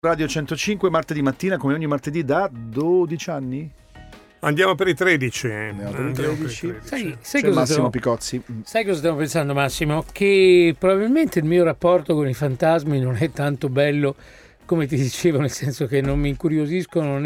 Radio 105, martedì mattina, come ogni martedì da 12 anni. Andiamo per i 13. Sai cosa Massimo Picozzi. Sai cosa stiamo pensando, Massimo? Che probabilmente il mio rapporto con i fantasmi non è tanto bello come ti dicevo, nel senso che non mi incuriosiscono, non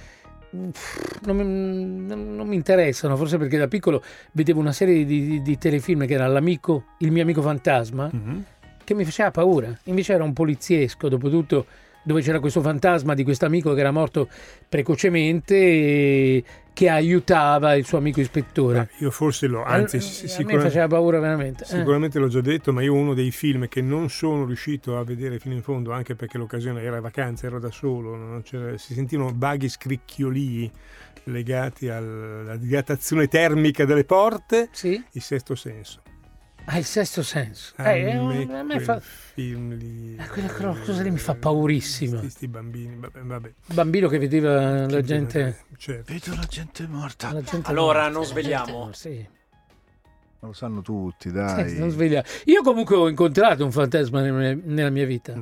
mi interessano, forse perché da piccolo vedevo una serie di telefilm che era Il mio amico fantasma, che mi faceva paura. Invece era un poliziesco, dopotutto, dove c'era questo fantasma di questo amico che era morto precocemente e che aiutava il suo amico ispettore. Io forse a me faceva paura veramente. Sicuramente l'ho già detto, ma io uno dei film che non sono riuscito a vedere fino in fondo, anche perché l'occasione era vacanza, ero da solo, si sentivano vaghi scricchiolii legati alla dilatazione termica delle porte. Sì? Il Sesto Senso. Il Sesto Senso. A me fa film lì. Cosa lì mi fa paurissimo. Questi bambini, vabbè. Bambino che vedeva la gente. Certo. Vedo la gente morta. Allora non svegliamo. Sì. Ma lo sanno tutti, dai. Non sveglia. Io comunque ho incontrato un fantasma nella mia vita.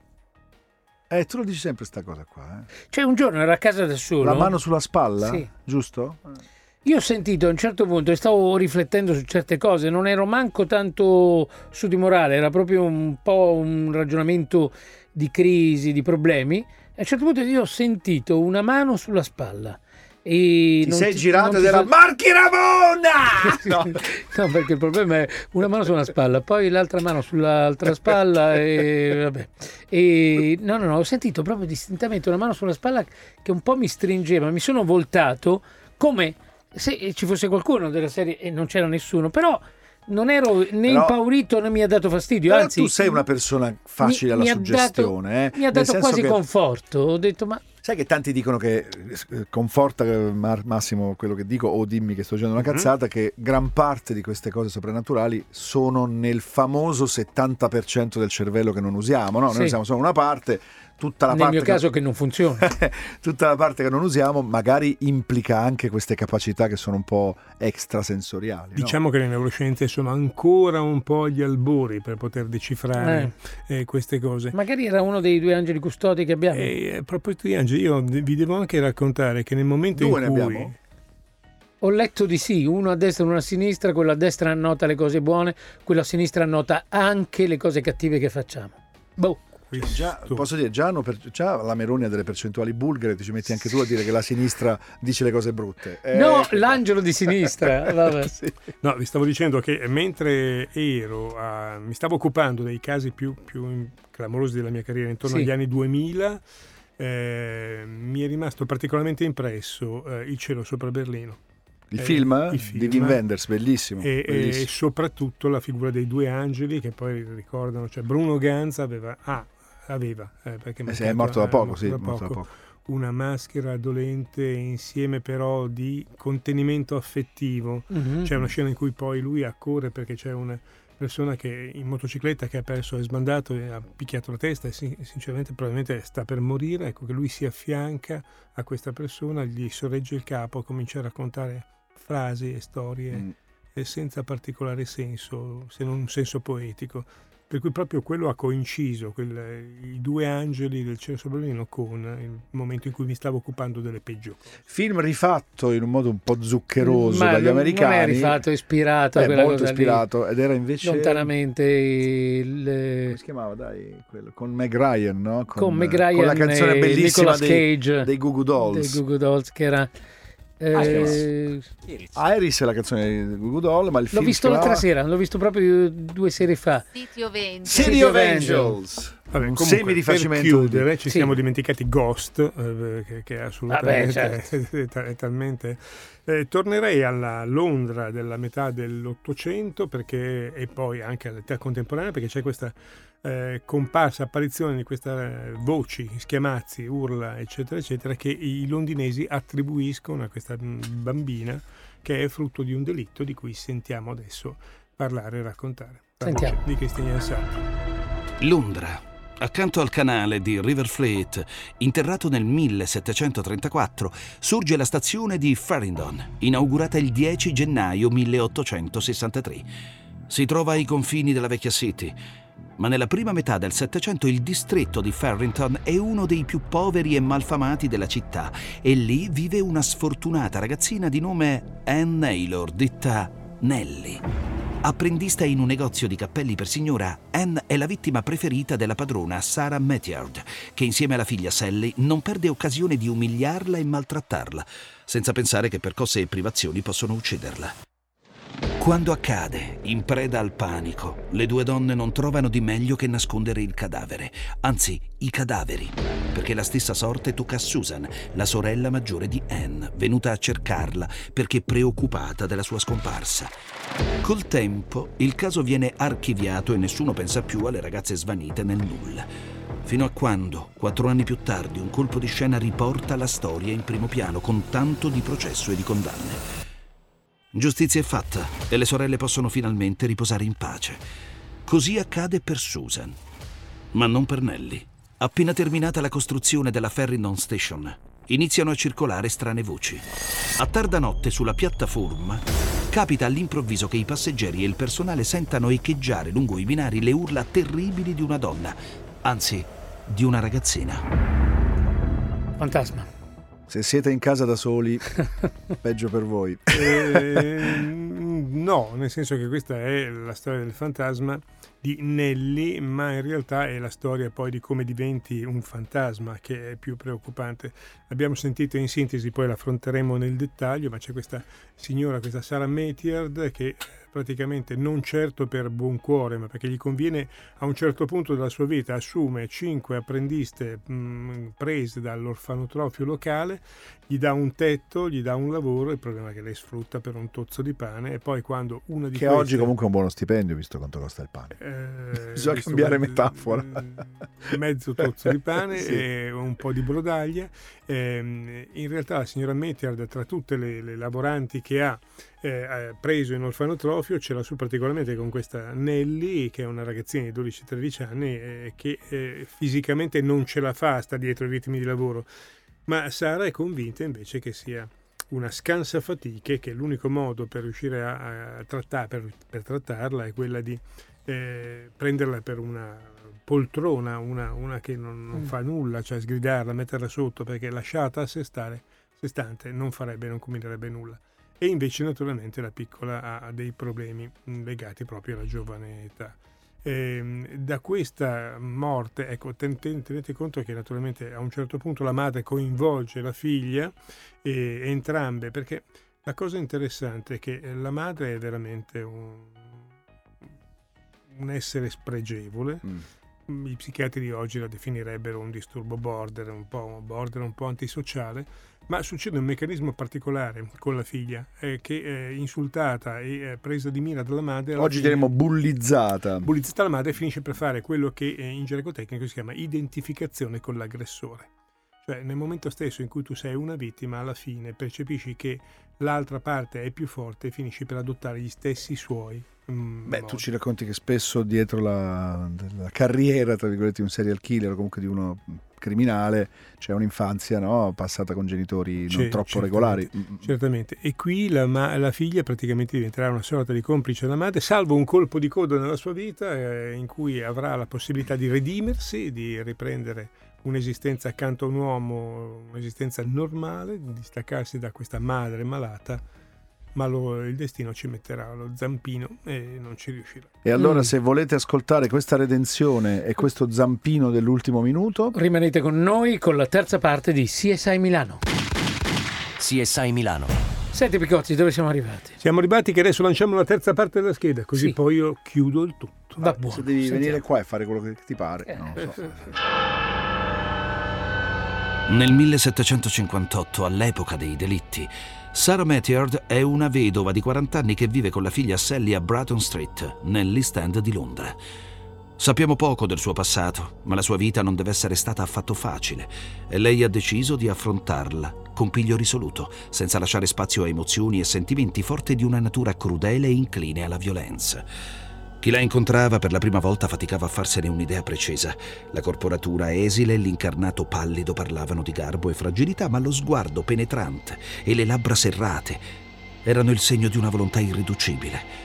Tu lo dici sempre sta cosa qua. Cioè un giorno ero a casa da solo. La mano sulla spalla? Sì. Giusto? Io ho sentito a un certo punto e stavo riflettendo su certe cose, non ero manco tanto su di morale, era proprio un po' un ragionamento di crisi, di problemi. E a un certo punto io ho sentito una mano sulla spalla. E ti sei girato ed era Marchi Ramona! No, perché il problema è una mano sulla spalla, poi l'altra mano sull'altra spalla e vabbè. E no, ho sentito proprio distintamente una mano sulla spalla che un po' mi stringeva, mi sono voltato come se ci fosse qualcuno della serie e non c'era nessuno, però non ero né impaurito né mi ha dato fastidio, però anzi tu sei una persona facile alla suggestione, mi ha dato quasi conforto. Ho detto ma sai che tanti dicono che conforta Massimo quello che dico, o dimmi che sto dicendo una cazzata, che gran parte di queste cose soprannaturali sono nel famoso 70% del cervello che non usiamo, no? Noi usiamo solo una parte, tutta la nel parte mio caso che non funziona. Tutta la parte che non usiamo magari implica anche queste capacità che sono un po' extrasensoriali. Diciamo che le neuroscienze sono ancora un po' agli albori per poter decifrare queste cose. Magari era uno dei due angeli custodi che abbiamo. A proposito di angeli, io vi devo anche raccontare che nel momento in cui abbiamo? Ho letto di sì, uno a destra e uno a sinistra, quello a destra annota le cose buone, quello a sinistra annota anche le cose cattive che facciamo. Posso dire, già la Meloni ha delle percentuali bulgare, ti ci metti anche tu a dire che la sinistra dice le cose brutte. L'angelo di sinistra. Vabbè. Sì. No, vi stavo dicendo che mentre mi stavo occupando dei casi più clamorosi della mia carriera intorno agli anni 2000, mi è rimasto particolarmente impresso Il cielo sopra Berlino. Il film di Wim Wenders, bellissimo. E soprattutto la figura dei due angeli che poi ricordano, cioè Bruno Ganz aveva perché è morto da poco, una maschera dolente insieme però di contenimento affettivo. C'è una scena in cui poi lui accorre perché c'è una persona che in motocicletta che è sbandato e ha picchiato la testa e sinceramente probabilmente sta per morire. Ecco che lui si affianca a questa persona, gli sorregge il capo, comincia a raccontare frasi e storie senza particolare senso, se non un senso poetico. Per cui proprio quello ha coinciso, i due angeli del cielo sopra Berlino, con il momento in cui mi stavo occupando delle peggio cose. Film rifatto in un modo un po' zuccheroso dagli americani. Non è rifatto, è ispirato a quella molto cosa ispirato lì. Ed era invece lontanamente come si chiamava, dai, quello con Meg Ryan, no? Con Meg Ryan, con la canzone bellissima Nicolas Cage, dei Goo Goo Dolls, che era Iris è la canzone di Goo Goo Doll, ma il film l'ho visto l'altra sera, l'ho visto proprio 2 sere fa. City of Angels. Vabbè, un comunque, semi-rifacimento. Per chiudere, ci siamo dimenticati Ghost, che è assolutamente è talmente. Tornerei alla Londra della metà dell'Ottocento e poi anche all'età contemporanea, perché c'è questa comparsa, apparizione di queste voci, schiamazzi, urla, eccetera, eccetera, che i londinesi attribuiscono a questa bambina, che è frutto di un delitto di cui sentiamo adesso parlare e raccontare. Sentiamo. Di Cristina Ansati. Londra. Accanto al canale di River Fleet, interrato nel 1734, sorge la stazione di Farringdon, inaugurata il 10 gennaio 1863. Si trova ai confini della vecchia City, ma nella prima metà del Settecento il distretto di Farrington è uno dei più poveri e malfamati della città e lì vive una sfortunata ragazzina di nome Ann Naylor, detta Nelly. Apprendista in un negozio di cappelli per signora, Ann è la vittima preferita della padrona Sarah Mateyard, che insieme alla figlia Sally non perde occasione di umiliarla e maltrattarla, senza pensare che percosse e privazioni possono ucciderla. Quando accade, in preda al panico, le due donne non trovano di meglio che nascondere il cadavere, anzi i cadaveri, perché la stessa sorte tocca a Susan, la sorella maggiore di Ann, venuta a cercarla perché preoccupata della sua scomparsa. Col tempo il caso viene archiviato e nessuno pensa più alle ragazze svanite nel nulla. Fino a quando, 4 anni più tardi, un colpo di scena riporta la storia in primo piano con tanto di processo e di condanne. Giustizia è fatta e le sorelle possono finalmente riposare in pace. Così accade per Susan, ma non per Nelly. Appena terminata la costruzione della Farrington Station, iniziano a circolare strane voci. A tarda notte sulla piattaforma capita all'improvviso che i passeggeri e il personale sentano echeggiare lungo i binari le urla terribili di una donna, anzi di una ragazzina. Fantasma. Se siete in casa da soli, peggio per voi. No, nel senso che questa è la storia del fantasma di Nelly, ma in realtà è la storia poi di come diventi un fantasma che è più preoccupante. L'abbiamo sentito in sintesi, poi l'affronteremo nel dettaglio, ma c'è questa signora, questa Sarah Mateyard, che praticamente non certo per buon cuore, ma perché gli conviene a un certo punto della sua vita, assume 5 apprendiste prese dall'orfanotrofio locale, gli dà un tetto, gli dà un lavoro, il problema è che lei sfrutta per un tozzo di pane e poi quando una di che queste... oggi comunque è un buono stipendio visto quanto costa il pane. Bisogna cambiare metafora. Mezzo tozzo di pane sì. E un po' di brodaglia. In realtà la signora Mateyard, tra tutte le lavoranti che ha preso in orfanotrofio, ce l'ha su particolarmente con questa Nelly, che è una ragazzina di 12-13 anni che fisicamente non ce la fa, sta dietro i ritmi di lavoro, ma Sara è convinta invece che sia una scansafatiche, che l'unico modo per riuscire a per trattarla è quella di prenderla per una poltrona, una che non fa nulla, cioè sgridarla, metterla sotto, perché lasciata a sé stante non combinerebbe nulla. E invece naturalmente la piccola ha dei problemi legati proprio alla giovane età. Da questa morte, ecco, tenete conto che naturalmente a un certo punto la madre coinvolge la figlia, entrambe, perché la cosa interessante è che la madre è veramente un essere spregevole. I psichiatri di oggi la definirebbero un disturbo border, un po' antisociale, ma succede un meccanismo particolare con la figlia che è insultata e presa di mira dalla madre. Oggi diremmo bullizzata. Bullizzata, la madre finisce per fare quello che in gergo tecnico si chiama identificazione con l'aggressore. Cioè nel momento stesso in cui tu sei una vittima, alla fine percepisci che l'altra parte è più forte e finisci per adottare gli stessi suoi modi. Tu ci racconti che spesso dietro la carriera, tra virgolette, di un serial killer o comunque di uno criminale c'è un'infanzia, no? Passata con genitori non troppo regolari. Certamente. E qui la figlia praticamente diventerà una sorta di complice della madre, salvo un colpo di coda nella sua vita in cui avrà la possibilità di redimersi, di riprendere un'esistenza accanto a un uomo, un'esistenza normale, di staccarsi da questa madre malata, ma il destino ci metterà lo zampino e non ci riuscirà. E allora se volete ascoltare questa redenzione e questo zampino dell'ultimo minuto, rimanete con noi con la terza parte di CSI Milano. CSI Milano. Senti Picozzi, dove siamo arrivati? Siamo arrivati che adesso lanciamo la terza parte della scheda, così sì. Poi io chiudo il tutto. Va buono. Se devi venire qua e fare quello che ti pare, non lo so. Nel 1758, all'epoca dei delitti, Sarah Mateyard è una vedova di 40 anni che vive con la figlia Sally a Bruton Street, nell'East End di Londra. Sappiamo poco del suo passato, ma la sua vita non deve essere stata affatto facile e lei ha deciso di affrontarla con piglio risoluto, senza lasciare spazio a emozioni e sentimenti forti di una natura crudele e incline alla violenza. Chi la incontrava per la prima volta faticava a farsene un'idea precisa. La corporatura esile e l'incarnato pallido parlavano di garbo e fragilità, ma lo sguardo penetrante e le labbra serrate erano il segno di una volontà irriducibile.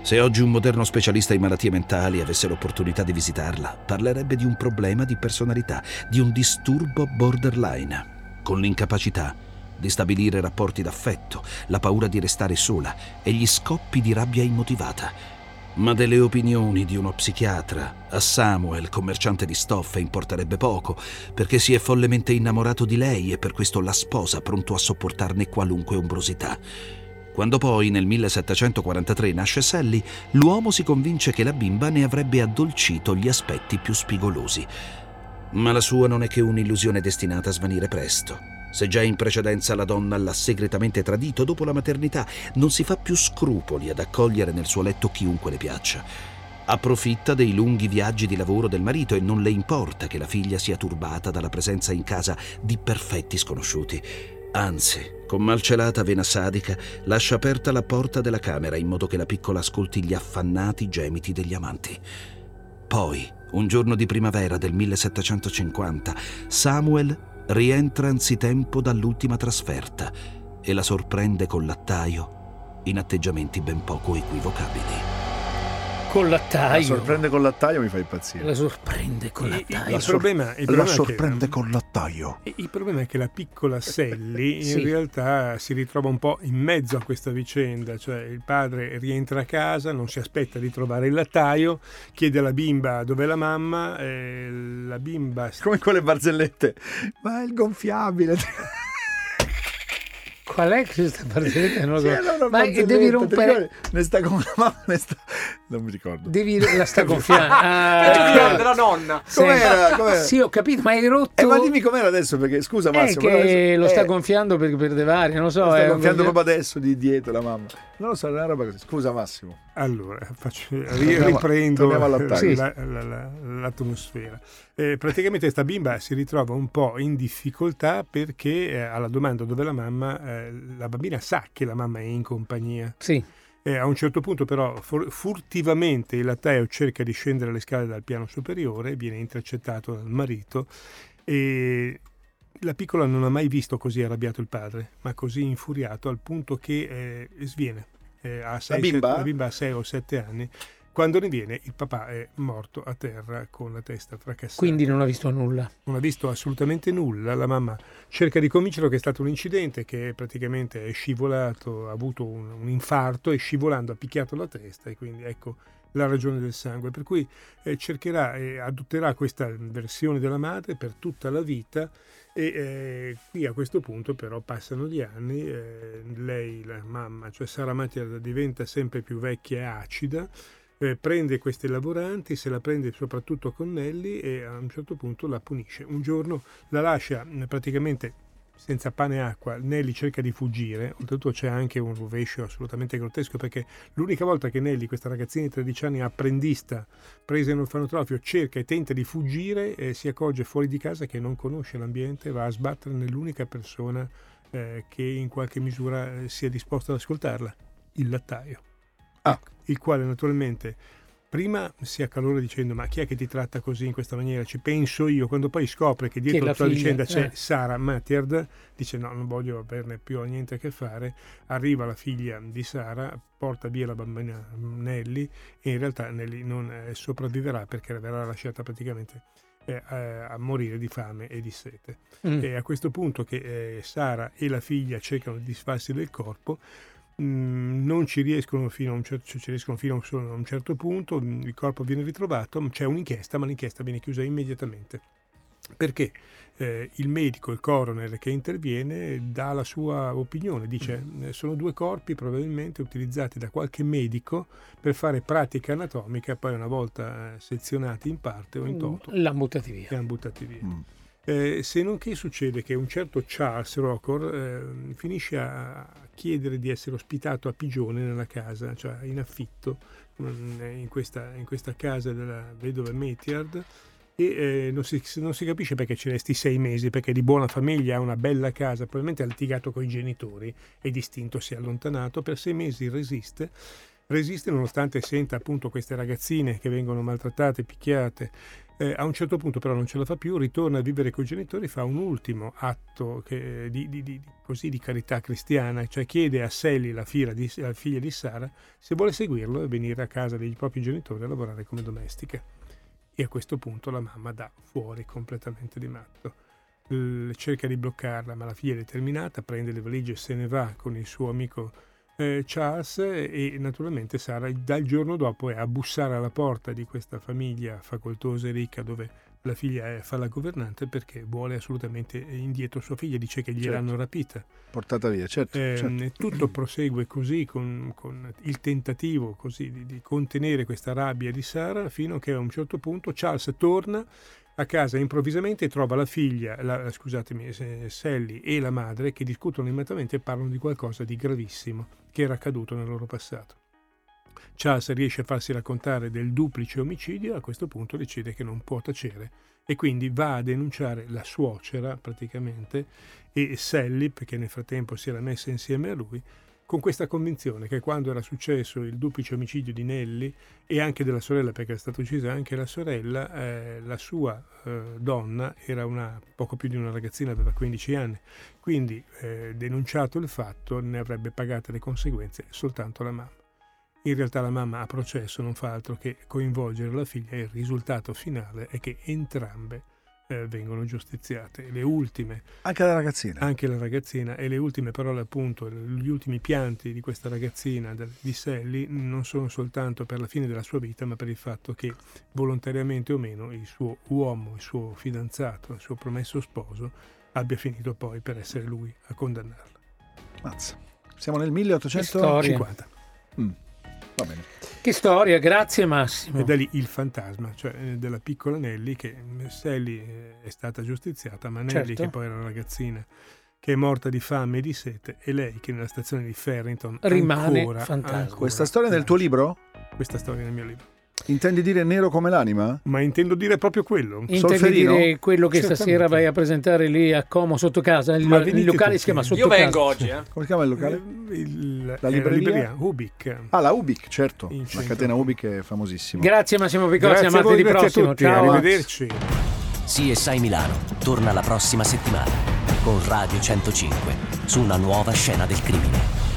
Se oggi un moderno specialista in malattie mentali avesse l'opportunità di visitarla, parlerebbe di un problema di personalità, di un disturbo borderline, con l'incapacità di stabilire rapporti d'affetto, la paura di restare sola e gli scoppi di rabbia immotivata. Ma delle opinioni di uno psichiatra a Samuel, commerciante di stoffe, importerebbe poco, perché si è follemente innamorato di lei e per questo la sposa, pronto a sopportarne qualunque ombrosità. Quando poi, nel 1743, nasce Sally, l'uomo si convince che la bimba ne avrebbe addolcito gli aspetti più spigolosi. Ma la sua non è che un'illusione destinata a svanire presto. Se già in precedenza la donna l'ha segretamente tradito, dopo la maternità non si fa più scrupoli ad accogliere nel suo letto chiunque le piaccia. Approfitta dei lunghi viaggi di lavoro del marito e non le importa che la figlia sia turbata dalla presenza in casa di perfetti sconosciuti. Anzi, con malcelata vena sadica, lascia aperta la porta della camera in modo che la piccola ascolti gli affannati gemiti degli amanti. Poi, un giorno di primavera del 1750, Samuel rientra anzitempo dall'ultima trasferta e la sorprende col lattaio in atteggiamenti ben poco equivocabili. Col lattaio. La sorprende col lattaio mi fa impazzire. La sorprende col lattaio. Il problema La sorprende col lattaio. Il problema è che la piccola Sally Sì. in realtà si ritrova un po' in mezzo a questa vicenda, cioè il padre rientra a casa, non si aspetta di trovare il lattaio, chiede alla bimba dov'è la mamma, la bimba... Come quelle barzellette. Ma è il gonfiabile. Qual è questa barzelletta? Non lo so. Sì, allora, Ma devi rompere. Ne sta con la mamma, non mi ricordo. La sta gonfiando. della nonna. Com'era? Sì, ho capito, ma hai rotto. Ma dimmi com'era adesso, perché scusa Massimo. che adesso, lo sta gonfiando per le varie, non lo so. Lo sta gonfiando proprio adesso di dietro la mamma. Non lo so, è una roba così. Scusa Massimo. Allora, riprendo torniamo al lattaio. l'atmosfera. Praticamente questa bimba si ritrova un po' in difficoltà perché alla domanda dove la mamma, la bambina sa che la mamma è in compagnia. Sì. A un certo punto però furtivamente il lattaio cerca di scendere le scale dal piano superiore, viene intercettato dal marito e la piccola non ha mai visto così arrabbiato il padre, ma così infuriato al punto che sviene. La bimba ha 6 o 7 anni. Quando riviene il papà è morto a terra con la testa fracassata. Quindi non ha visto nulla. Non ha visto assolutamente nulla. La mamma cerca di convincerlo che è stato un incidente, che praticamente è scivolato, ha avuto un infarto e scivolando ha picchiato la testa e quindi ecco la ragione del sangue. Per cui cercherà e adotterà questa versione della madre per tutta la vita e qui a questo punto però passano gli anni, lei, la mamma, cioè Sarah Mathiard, diventa sempre più vecchia e acida. Prende questi lavoranti, se la prende soprattutto con Nelly e a un certo punto la punisce. Un giorno la lascia praticamente senza pane e acqua. Nelly cerca di fuggire, oltretutto c'è anche un rovescio assolutamente grottesco perché l'unica volta che Nelly, questa ragazzina di 13 anni apprendista presa in orfanotrofio, cerca e tenta di fuggire si accorge fuori di casa che non conosce l'ambiente, va a sbattere nell'unica persona che in qualche misura sia disposta ad ascoltarla, il lattaio. Il quale naturalmente prima si accalora dicendo ma chi è che ti tratta così in questa maniera, ci penso io, quando poi scopre che dietro tutta la vicenda c'è Sarah Mathiard, dice no, non voglio averne più niente a che fare. Arriva la figlia di Sarah, porta via la bambina Nelly e in realtà Nelly non sopravviverà perché verrà lasciata praticamente a morire di fame e di sete. E a questo punto che Sarah e la figlia cercano di disfarsi del corpo, non ci riescono fino a un certo punto, il corpo viene ritrovato, c'è un'inchiesta, ma l'inchiesta viene chiusa immediatamente perché il medico, il coroner che interviene dà la sua opinione, dice sono 2 corpi probabilmente utilizzati da qualche medico per fare pratica anatomica, poi una volta sezionati in parte o in toto l'hanno buttati via. Se non che succede che un certo Charles Rocor finisce a chiedere di essere ospitato a pigione nella casa, cioè in affitto in questa casa della vedova Mathiard e non si capisce perché ci resti 6 mesi, perché di buona famiglia, ha una bella casa, probabilmente ha litigato con i genitori e distinto si è allontanato, per 6 mesi resiste nonostante senta appunto queste ragazzine che vengono maltrattate, picchiate A un certo punto però non ce la fa più, ritorna a vivere con i genitori, fa un ultimo atto di carità cristiana, cioè chiede a Sally, la figlia di Sara, se vuole seguirlo e venire a casa dei propri genitori a lavorare come domestica. E a questo punto la mamma dà fuori completamente di matto. Cerca di bloccarla, ma la figlia è determinata, prende le valigie e se ne va con il suo amico Charles, e naturalmente Sara dal giorno dopo è a bussare alla porta di questa famiglia facoltosa e ricca dove la figlia fa la governante, perché vuole assolutamente indietro sua figlia, dice che gliel'hanno rapita, portata via, certo. Tutto prosegue così con il tentativo così di contenere questa rabbia di Sara, fino a che a un certo punto Charles torna a casa improvvisamente e trova la figlia, Sally e la madre che discutono immediatamente e parlano di qualcosa di gravissimo che era accaduto nel loro passato. Charles riesce a farsi raccontare del duplice omicidio e a questo punto decide che non può tacere e quindi va a denunciare la suocera praticamente e Sally, perché nel frattempo si era messa insieme a lui, con questa convinzione che quando era successo il duplice omicidio di Nellie e anche della sorella, perché è stata uccisa anche la sorella, la sua donna era poco più di una ragazzina, aveva 15 anni, quindi denunciato il fatto ne avrebbe pagate le conseguenze soltanto la mamma. In realtà la mamma a processo non fa altro che coinvolgere la figlia e il risultato finale è che entrambe vengono giustiziate. Le ultime, anche la ragazzina. Anche la ragazzina, e le ultime parole, appunto, gli ultimi pianti di questa ragazzina, di Sally, non sono soltanto per la fine della sua vita, ma per il fatto che volontariamente o meno il suo uomo, il suo fidanzato, il suo promesso sposo abbia finito poi per essere lui a condannarla. Mazza. Siamo nel 1850. Va bene. Che storia, grazie Massimo. E da lì il fantasma, cioè della piccola Nellie, che Sally è stata giustiziata, ma Nellie, certo, che poi era una ragazzina che è morta di fame e di sete, e lei che nella stazione di Farrington rimane fantasma. Questa storia nel tuo libro? Questa storia nel mio libro. Intendi dire nero come l'anima? Ma intendo dire proprio quello. Intendi dire quello che stasera vai a presentare lì a Como sotto casa? Il locale si chiama Sotto Casa. Io vengo oggi. Come si chiama il locale? La libreria Ubik. Ah, la Ubik, certo. La catena Ubik è famosissima. Grazie Massimo Picozzi, a martedì prossimo. Ciao. Arrivederci. CSI Milano torna la prossima settimana con Radio 105 su una nuova scena del crimine.